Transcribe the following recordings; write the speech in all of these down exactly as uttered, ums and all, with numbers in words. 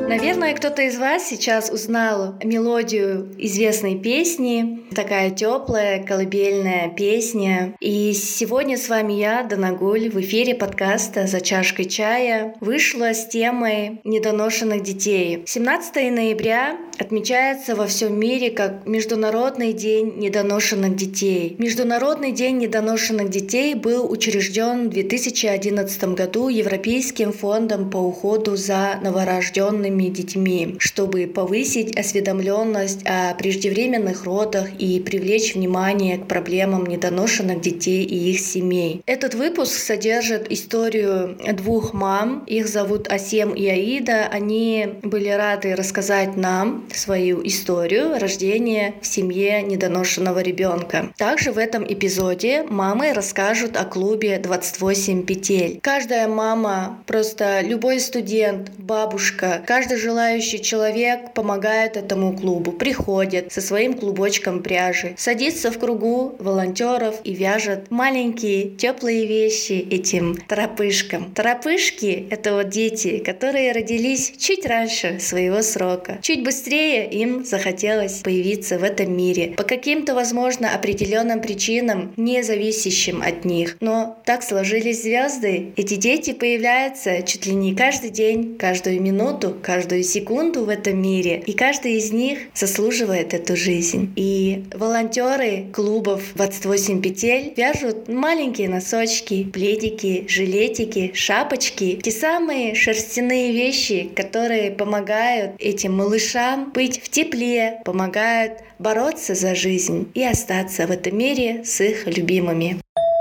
Наверное, кто-то из вас сейчас узнал мелодию известной песни. Такая теплая, колыбельная песня. И сегодня с вами я, Дана Гуль, в эфире подкаста «За чашкой чая» вышла с темой недоношенных детей. семнадцатого ноября отмечается во всем мире как Международный день недоношенных детей. Международный день недоношенных детей был учрежден в две тысячи одиннадцатом году Европейским фондом по уходу за новорожденными детьми, чтобы повысить осведомленность о преждевременных родах и привлечь внимание к проблемам недоношенных детей и их семей. Этот выпуск содержит историю двух мам. Их зовут Асем и Аида. Они были рады рассказать нам свою историю рождения в семье недоношенного ребенка. Также в этом эпизоде мамы расскажут о клубе двадцать восемь петель. Каждая мама, просто любой студент, бабушка, каждый желающий человек помогает этому клубу, приходит со своим клубочком пряжи, садится в кругу волонтеров и вяжет маленькие теплые вещи этим торопышкам. Торопышки — это вот дети, которые родились чуть раньше своего срока. Чуть быстрее им захотелось появиться в этом мире. По каким-то, возможно, определенным причинам, не зависящим от них. Но так сложились звезды. Эти дети появляются чуть ли не каждый день, каждую минуту, каждую секунду в этом мире. И каждый из них заслуживает эту жизнь. И волонтеры клубов двадцать восемь петель вяжут маленькие носочки, пледики, жилетики, шапочки. Те самые шерстяные вещи, которые помогают этим малышам быть в тепле, помогают бороться за жизнь и остаться в этом мире с их любимыми.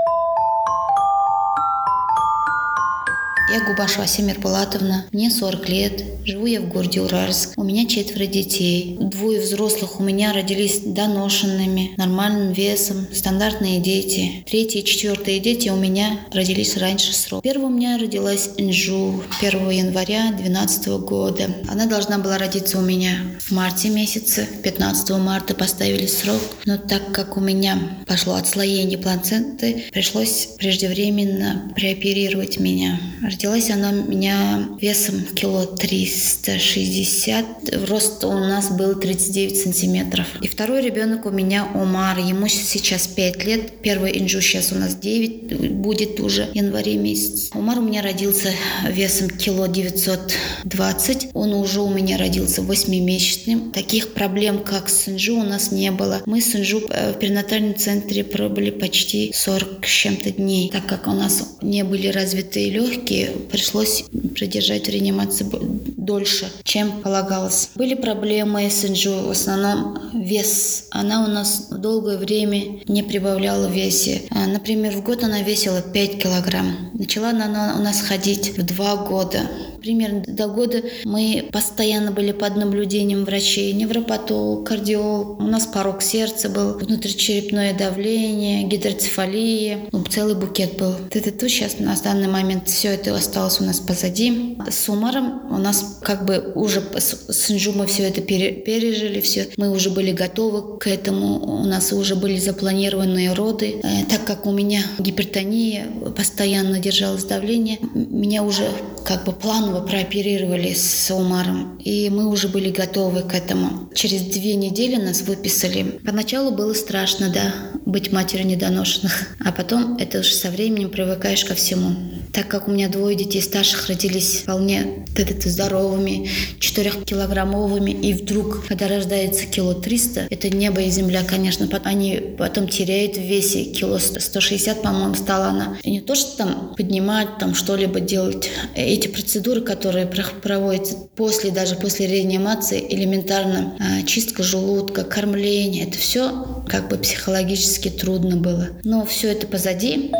Я Губашева Асем Мирбулатовна, мне сорок лет, живу я в городе Уральск. У меня четверо детей. Двое взрослых у меня родились доношенными, нормальным весом, стандартные дети. Третьи и четвертые дети у меня родились раньше срока. Первая у меня родилась Инжу первого января две тысячи двенадцатого года. Она должна была родиться у меня в марте месяце, пятнадцатого марта поставили срок. Но так как у меня пошло отслоение плаценты, пришлось преждевременно прооперировать меня. Родилась она у меня весом кило триста шестьдесят. Рост у нас был тридцать девять сантиметров. И второй ребенок у меня Омар. Ему сейчас пять лет. Первый Инжу сейчас у нас девять будет уже в январе месяц. Омар у меня родился весом кило девятьсот двадцать. Он уже у меня родился восьмимесячным. Таких проблем, как с Инжу, у нас не было. Мы с Инжу в перинатальном центре пробыли почти сорок с чем-то дней. Так как у нас не были развитые легкие, пришлось продержать в реанимации дольше, чем полагалось. Были проблемы с Инжу, в основном вес. Она у нас долгое время не прибавляла в весе. Например, в год она весила пять килограмм. Начала она у нас ходить в два года. Примерно до года мы постоянно были под наблюдением врачей, невропатолог, кардиолог. У нас порог сердца был, внутричерепное давление, гидроцефалия. Ну, целый букет был. Это то сейчас на данный момент все это осталось у нас позади. С Умаром у нас как бы уже с Инжу мы все это пережили, все. Мы уже были готовы к этому. У нас уже были запланированные роды. Так как у меня гипертония, постоянно держалось давление, меня уже как бы планово прооперировали с Умаром, и мы уже были готовы к этому. Через две недели нас выписали. Поначалу было страшно, да, быть матерью недоношенных, а потом это уже со временем привыкаешь ко всему. Так как у меня двое детей старших родились вполне здоровыми, четырехкилограммовыми, и вдруг, когда рождается кило триста, это небо и земля, конечно. Они потом теряют в весе кило сто шестьдесят, по-моему, стала она. И не то, что там поднимать, там что-либо делать. Эти процедуры, которые проводятся после, даже после реанимации, элементарно чистка желудка, кормление, это все как бы психологически трудно было. Но все это позади.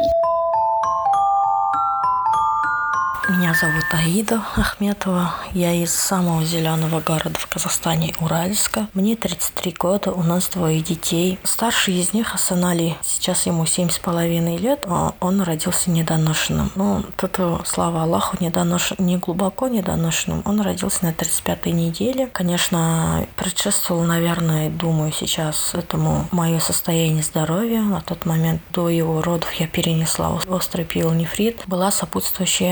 Меня зовут Аида Ахметова. Я из самого зеленого города в Казахстане, Уральска. Мне тридцать три года, у нас двое детей. Старший из них, Асан Али, сейчас ему семь с половиной лет, а он родился недоношенным. Ну, это, слава Аллаху, недоношен, не глубоко недоношенным. Он родился на тридцать пятой неделе. Конечно, предшествовал, наверное, думаю сейчас этому мое состояние здоровья. На тот момент до его родов я перенесла острый пиелонефрит. Была сопутствующая анемия.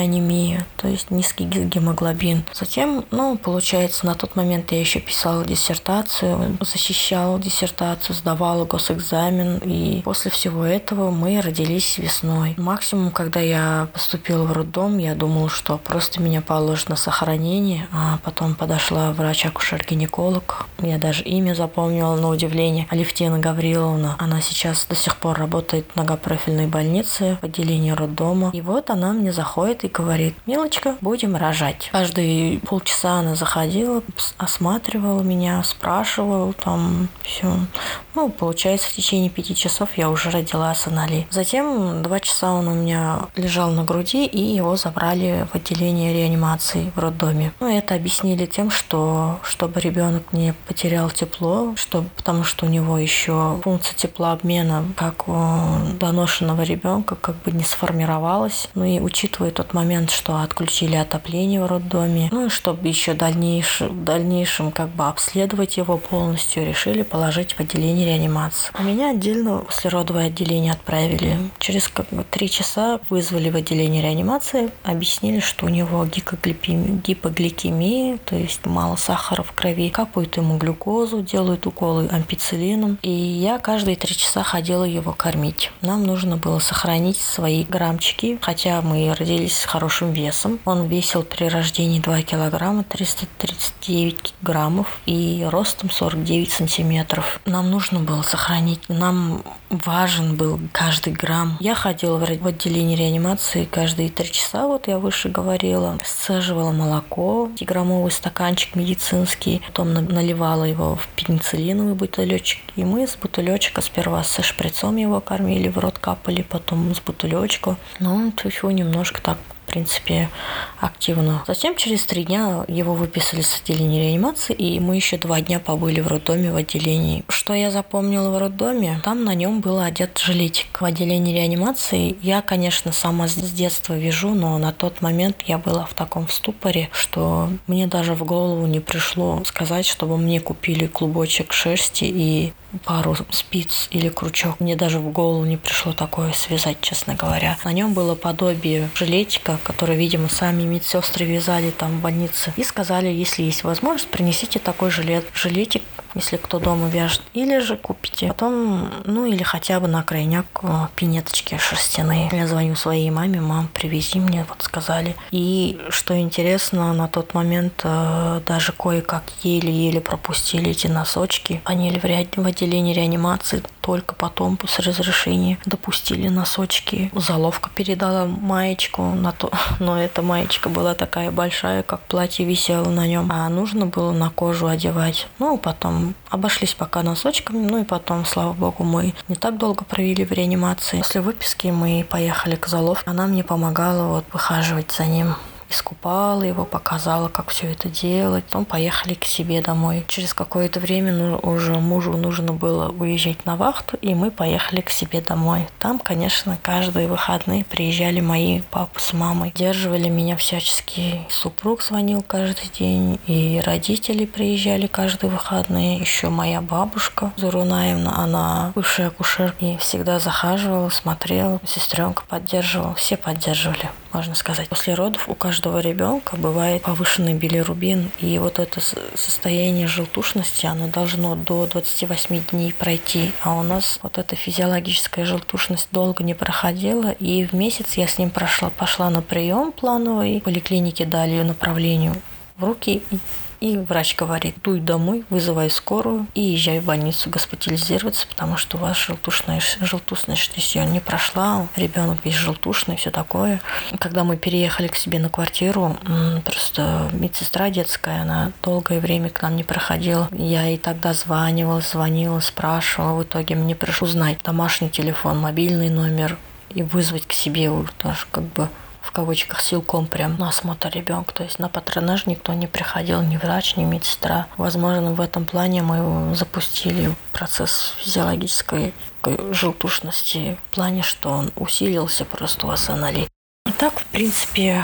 анемия, то есть низкий гемоглобин. Затем, ну, получается, на тот момент я еще писала диссертацию, защищала диссертацию, сдавала госэкзамен, и после всего этого мы родились весной. Максимум, когда я поступила в роддом, я думала, что просто меня положат на сохранение, а потом подошла врач-акушер-гинеколог. Я даже имя запомнила на удивление. Алевтина Гавриловна. Она сейчас до сих пор работает в многопрофильной больнице в отделении роддома. И вот она мне заходит и говорит: «Милочка, будем рожать». Каждые полчаса она заходила, осматривала меня, спрашивала там все. Ну, получается, в течение пяти часов я уже родила Асанали. Затем два часа он у меня лежал на груди, и его забрали в отделение реанимации в роддоме. Ну, это объяснили тем, что чтобы ребенок не потерял тепло, что, потому что у него еще функция теплообмена, как у доношенного ребенка, как бы не сформировалась. Ну и учитывая тот момент, что отключили отопление в роддоме, ну и чтобы еще дальнейшем, в дальнейшем как бы обследовать его полностью, решили положить в отделение реанимации. А меня отдельно в послеродовое отделение отправили. Через как бы три часа вызвали в отделение реанимации, объяснили, что у него гипогликемия, гипогликемия, то есть мало сахара в крови, капают ему глюкозу, делают уколы ампицилином. И я каждые три часа ходила его кормить. Нам нужно было сохранить свои граммчики, хотя мы родились с хорошим весом. Он весил при рождении два килограмма триста тридцать девять граммов и ростом сорок девять сантиметров. Нам нужно было сохранить, нам важен был каждый грамм. Я ходила в отделение реанимации каждые три часа, вот я выше говорила, сцеживала молоко, граммовый стаканчик медицинский, потом наливала его в пенициллиновый бутылечек, и мы с бутылечка сперва со шприцом его кормили, в рот капали, потом с бутылечка. Ну, тьфу, немножко так, в принципе, активно. Затем через три дня его выписали с отделения реанимации, и мы еще два дня побыли в роддоме в отделении. Что я запомнила в роддоме? Там на нем был одет жилетик. В отделении реанимации я, конечно, сама с детства вижу, но на тот момент я была в таком ступоре, что мне даже в голову не пришло сказать, чтобы мне купили клубочек шерсти и пару спиц или крючок. Мне даже в голову не пришло такое связать, честно говоря. На нем было подобие жилетика, который, видимо, сами медсестры вязали там в больнице. И сказали, если есть возможность, принесите такой жилет, жилетик, если кто дома вяжет, или же купите. Потом, ну или хотя бы на крайняк пинеточки шерстяные. Я звоню своей маме: мам, привези мне, вот сказали. И что интересно, на тот момент э, даже кое-как еле-еле пропустили эти носочки. Они в, ре... в отделении реанимации только потом, после разрешения, допустили носочки. Заловка передала маечку, на то... но эта маечка была такая большая, как платье висело на нем, а нужно было на кожу одевать. Ну, потом обошлись пока носочками, ну и потом, слава богу, мы не так долго провели в реанимации. После выписки мы поехали к заловке, она мне помогала вот выхаживать за ним. Искупала его, показала, как все это делать. Потом поехали к себе домой. Через какое-то время ну, уже мужу нужно было уезжать на вахту, и мы поехали к себе домой. Там, конечно, каждые выходные приезжали мои папа с мамой. Держивали меня всячески. Супруг звонил каждый день, и родители приезжали каждые выходные. Еще моя бабушка Зурунаевна, она бывшая акушерка, и всегда захаживала, смотрела, сестренка поддерживала. Все поддерживали, можно сказать. После родов у каждого ребенка бывает повышенный билирубин, и вот это состояние желтушности, оно должно до двадцати восьми дней пройти, а у нас вот эта физиологическая желтушность долго не проходила, и в месяц я с ним прошла, пошла на прием плановый, в поликлинике дали направлению в руки, и И врач говорит: дуй домой, вызывай скорую и езжай в больницу госпитализироваться, потому что у вас желтушная, желтушность еще не прошла, ребенок весь желтушный, все такое. Когда мы переехали к себе на квартиру, просто медсестра детская, она долгое время к нам не проходила. Я ей тогда званивала, звонила, спрашивала. В итоге мне пришлось узнать домашний телефон, мобильный номер и вызвать к себе тоже как бы в кавычках силком прям на осмотр ребенка. То есть на патронаж никто не приходил, ни врач, ни медсестра. Возможно, в этом плане мы запустили процесс физиологической желтушности в плане, что он усилился просто у Асанали. И так, в принципе,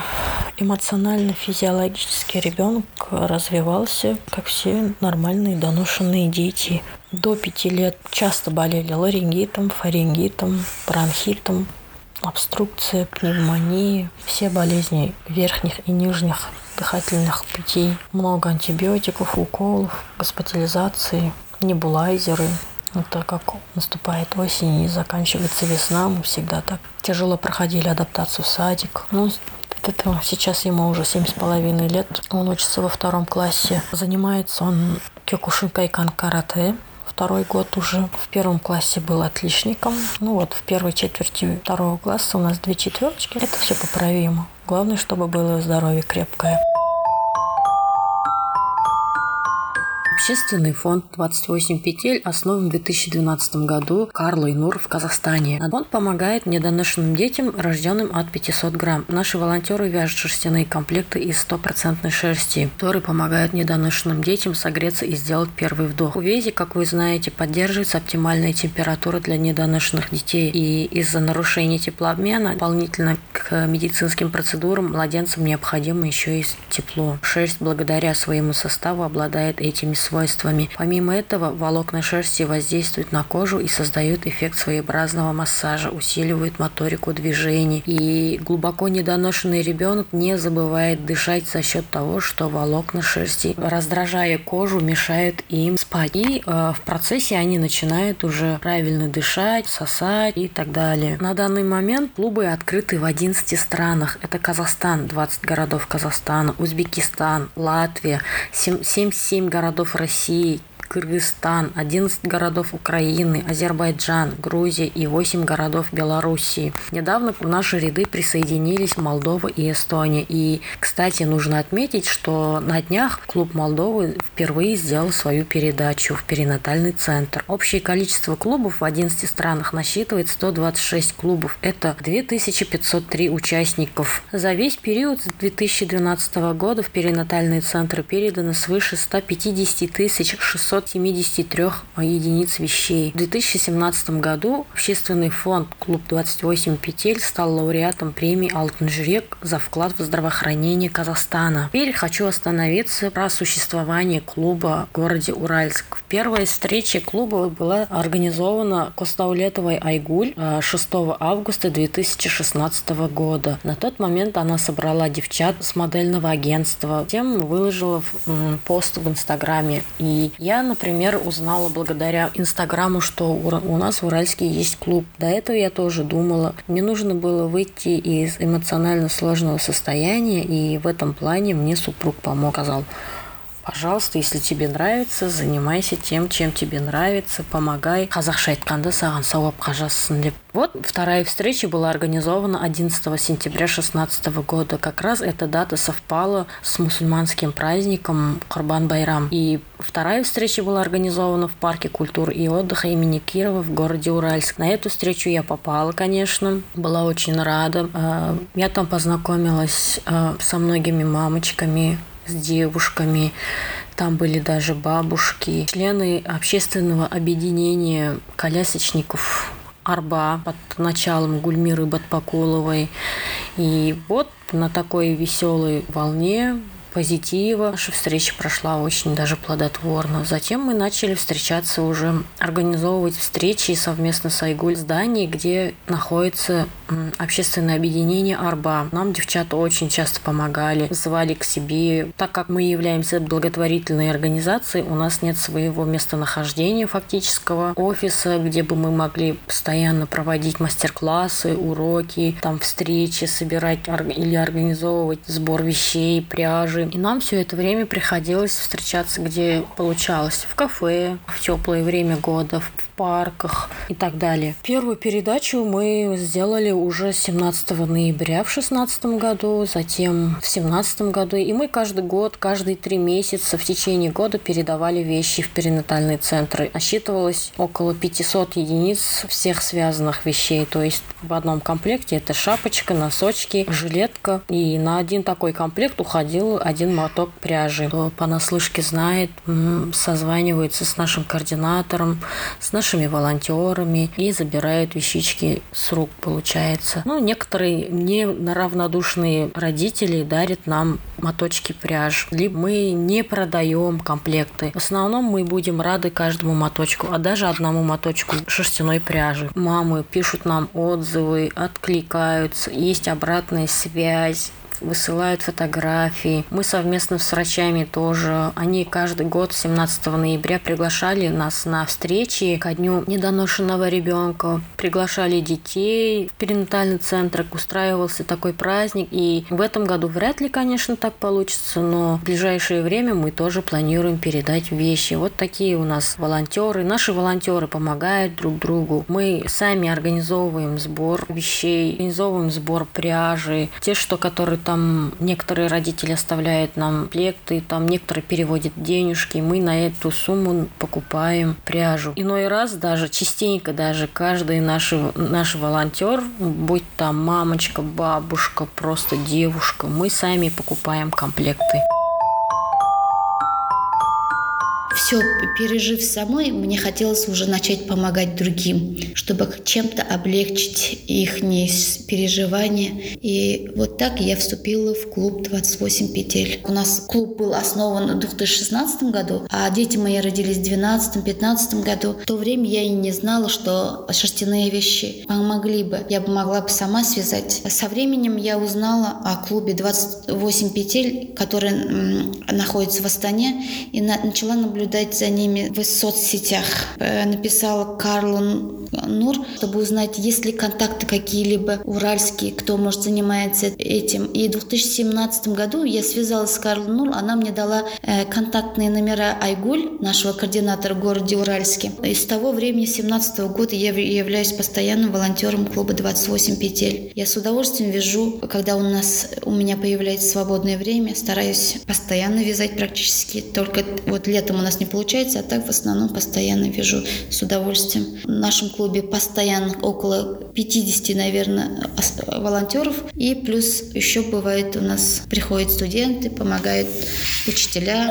эмоционально-физиологически ребенок развивался, как все нормальные доношенные дети. До пяти лет часто болели ларингитом, фарингитом, бронхитом. обструкция, пневмония, все болезни верхних и нижних дыхательных путей. Много антибиотиков, уколов, госпитализации, небулайзеры. Это как наступает осень и заканчивается весна, мы всегда так тяжело проходили адаптацию в садик. Ну, это сейчас ему уже семь с половиной лет. Он учится во втором классе. Занимается он кёкушинкайкан карате. Второй год уже. В первом классе был отличником. Ну вот, в первой четверти второго класса у нас две четверочки. Это все поправимо. Главное, чтобы было здоровье крепкое. Общественный фонд двадцать восемь петель основан в две тысячи двенадцатом году Карлой Нур в Казахстане. Фонд помогает недоношенным детям, рожденным от пятисот грамм. Наши волонтеры вяжут шерстяные комплекты из стопроцентной шерсти, которые помогают недоношенным детям согреться и сделать первый вдох. В УВЕЗе, как вы знаете, поддерживается оптимальная температура для недоношенных детей, и из-за нарушения теплообмена дополнительно к медицинским процедурам младенцам необходимо еще и тепло. Шерсть благодаря своему составу обладает этими свойствами. Помимо этого, волокна шерсти воздействуют на кожу и создают эффект своеобразного массажа, усиливают моторику движений. И глубоко недоношенный ребенок не забывает дышать за счет того, что волокна шерсти, раздражая кожу, мешают им спать. И э, в процессе они начинают уже правильно дышать, сосать и так далее. На данный момент клубы открыты в одиннадцати странах. Это Казахстан, двадцать городов Казахстана, Узбекистан, Латвия, семьдесят семь городов России, Кыргызстан, одиннадцать городов Украины, Азербайджан, Грузия и восемь городов Белоруссии. Недавно в наши ряды присоединились Молдова и Эстония. И, кстати, нужно отметить, что на днях клуб Молдовы впервые сделал свою передачу в перинатальный центр. Общее количество клубов в одиннадцати странах насчитывает сто двадцать шесть клубов. Это две тысячи пятьсот три участников. За весь период с две тысячи двенадцатого года в перинатальные центры передано свыше ста пятидесяти тысяч шестисот семидесяти трёх единиц вещей. В две тысячи семнадцатом году общественный фонд «Клуб двадцать восемь петель» стал лауреатом премии «Алтын жүрек» за вклад в здравоохранение Казахстана. Теперь хочу остановиться про существование клуба в городе Уральск. Первая встреча клуба была организована Костаулетовой Айгуль шестого августа две тысячи шестнадцатого года. На тот момент она собрала девчат с модельного агентства, затем выложила пост в Инстаграме. И я, например, узнала благодаря Инстаграму, что у нас в Уральске есть клуб. До этого я тоже думала. Мне нужно было выйти из эмоционально сложного состояния, и в этом плане мне супруг помог. Сказал: пожалуйста, если тебе нравится, занимайся тем, чем тебе нравится, помогай. Қазақша айтканда саған сауапқа жазсын деп. Вот вторая встреча была организована одиннадцатого сентября две тысячи шестнадцатого года. Как раз эта дата совпала с мусульманским праздником Курбан-Байрам. И вторая встреча была организована в парке культуры и отдыха имени Кирова в городе Уральск. На эту встречу я попала, конечно. Была очень рада. Я там познакомилась со многими мамочками, с девушками. Там были даже бабушки, члены общественного объединения колясочников «Арба» под началом Гульмиры Батпакуловой. И вот на такой веселой волне позитива наша встреча прошла очень даже плодотворно. Затем мы начали встречаться уже, организовывать встречи совместно с Айгуль в здании, где находится общественное объединение «Арба». Нам девчата очень часто помогали, звали к себе. Так как мы являемся благотворительной организацией, у нас нет своего местонахождения фактического, офиса, где бы мы могли постоянно проводить мастер-классы, уроки, там встречи, собирать или организовывать сбор вещей, пряжи. И нам все это время приходилось встречаться, где получалось: в кафе, в теплое время года, в парках и так далее. Первую передачу мы сделали уже семнадцатого ноября в шестнадцатом году, затем в семнадцатом году. И мы каждый год, каждые три месяца в течение года передавали вещи в перинатальные центры. Насчитывалось около пятисот единиц всех связанных вещей. То есть в одном комплекте это шапочка, носочки, жилетка. И на один такой комплект уходил один моток пряжи. Кто понаслышке знает, созванивается с нашим координатором, с нашим нашими волонтерами и забирают вещички с рук, получается. Ну, некоторые неравнодушные родители дарят нам моточки пряжи. Либо мы не продаем комплекты. В основном мы будем рады каждому моточку, а даже одному моточку шерстяной пряжи. Мамы пишут нам отзывы, откликаются, есть обратная связь, высылают фотографии. Мы совместно с врачами тоже. Они каждый год семнадцатого ноября приглашали нас на встречи ко дню недоношенного ребенка. Приглашали детей в перинатальный центр. Устраивался такой праздник. И в этом году вряд ли, конечно, так получится, но в ближайшее время мы тоже планируем передать вещи. Вот такие у нас волонтеры. Наши волонтеры помогают друг другу. Мы сами организовываем сбор вещей, организовываем сбор пряжи. Те, что которые там некоторые родители оставляют нам комплекты, там некоторые переводят денежки, мы на эту сумму покупаем пряжу. Иной раз даже, частенько даже, каждый наш, наш волонтер, будь там мамочка, бабушка, просто девушка, мы сами покупаем комплекты. Все пережив самой, мне хотелось уже начать помогать другим, чтобы чем-то облегчить их переживания. И вот так я вступила в клуб двадцать восемь петель. У нас клуб был основан в две тысячи шестнадцатом году, а дети мои родились в две тысячи двенадцатом-пятнадцатом году. В то время я и не знала, что шерстяные вещи помогли бы. Я бы могла бы сама связать. Со временем я узнала о клубе двадцать восемь петель, который м, находится в Астане, и на, начала наблюдать за ними в соцсетях. Написала Карлу Нур, чтобы узнать, есть ли контакты какие-либо уральские, кто, может, занимается этим. И в две тысячи семнадцатом году я связалась с Карлой Нур, она мне дала контактные номера Айгуль, нашего координатора в городе Уральске. И с того времени, с две тысячи семнадцатого года, я являюсь постоянным волонтером клуба двадцать восемь петель. Я с удовольствием вяжу, когда у нас, у меня появляется свободное время, стараюсь постоянно вязать практически. Только вот летом у нас не получается, а так в основном постоянно вяжу с удовольствием. В нашем клубе постоянно около пятьдесят, наверное, волонтеров. И плюс еще бывает у нас приходят студенты, помогают учителя.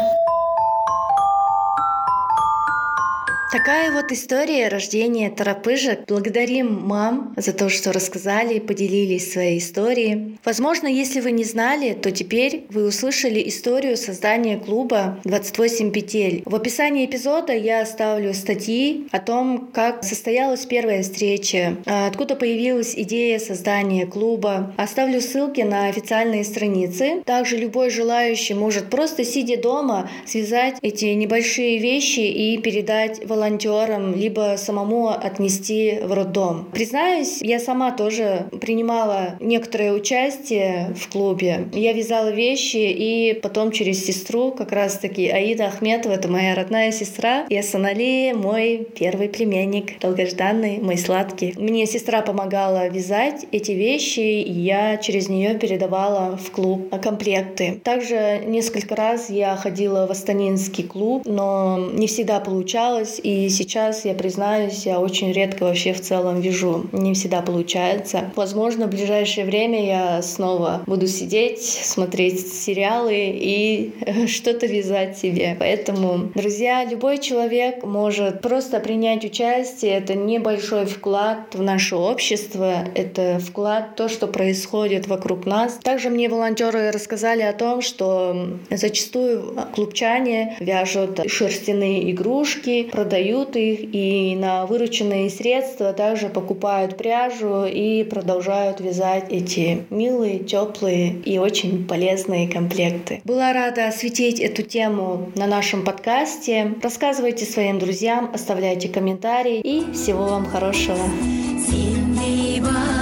Такая вот история рождения торопыжек. Благодарим мам за то, что рассказали, поделились своей историей. Возможно, если вы не знали, то теперь вы услышали историю создания клуба двадцать восемь петель. В описании эпизода я оставлю статьи о том, как состоялась первая встреча, откуда появилась идея создания клуба. Оставлю ссылки на официальные страницы. Также любой желающий может просто, сидя дома, связать эти небольшие вещи и передать волонтерам, волонтерам, либо самому отнести в роддом. Признаюсь, я сама тоже принимала некоторое участие в клубе. Я вязала вещи, и потом через сестру, как раз-таки Аида Ахметова, это моя родная сестра, и Асанали мой первый племянник, долгожданный, мой сладкий. Мне сестра помогала вязать эти вещи, и я через нее передавала в клуб комплекты. Также несколько раз я ходила в астанинский клуб, но не всегда получалось, и И сейчас, я признаюсь, я очень редко вообще в целом вяжу. Не всегда получается. Возможно, в ближайшее время я снова буду сидеть, смотреть сериалы и что-то вязать себе. Поэтому, друзья, любой человек может просто принять участие. Это небольшой вклад в наше общество. Это вклад в то, что происходит вокруг нас. Также мне волонтеры рассказали о том, что зачастую клубчане вяжут шерстяные игрушки, продают их, и на вырученные средства также покупают пряжу и продолжают вязать эти милые, теплые и очень полезные комплекты. Была рада осветить эту тему на нашем подкасте. Рассказывайте своим друзьям, оставляйте комментарии, и всего вам хорошего.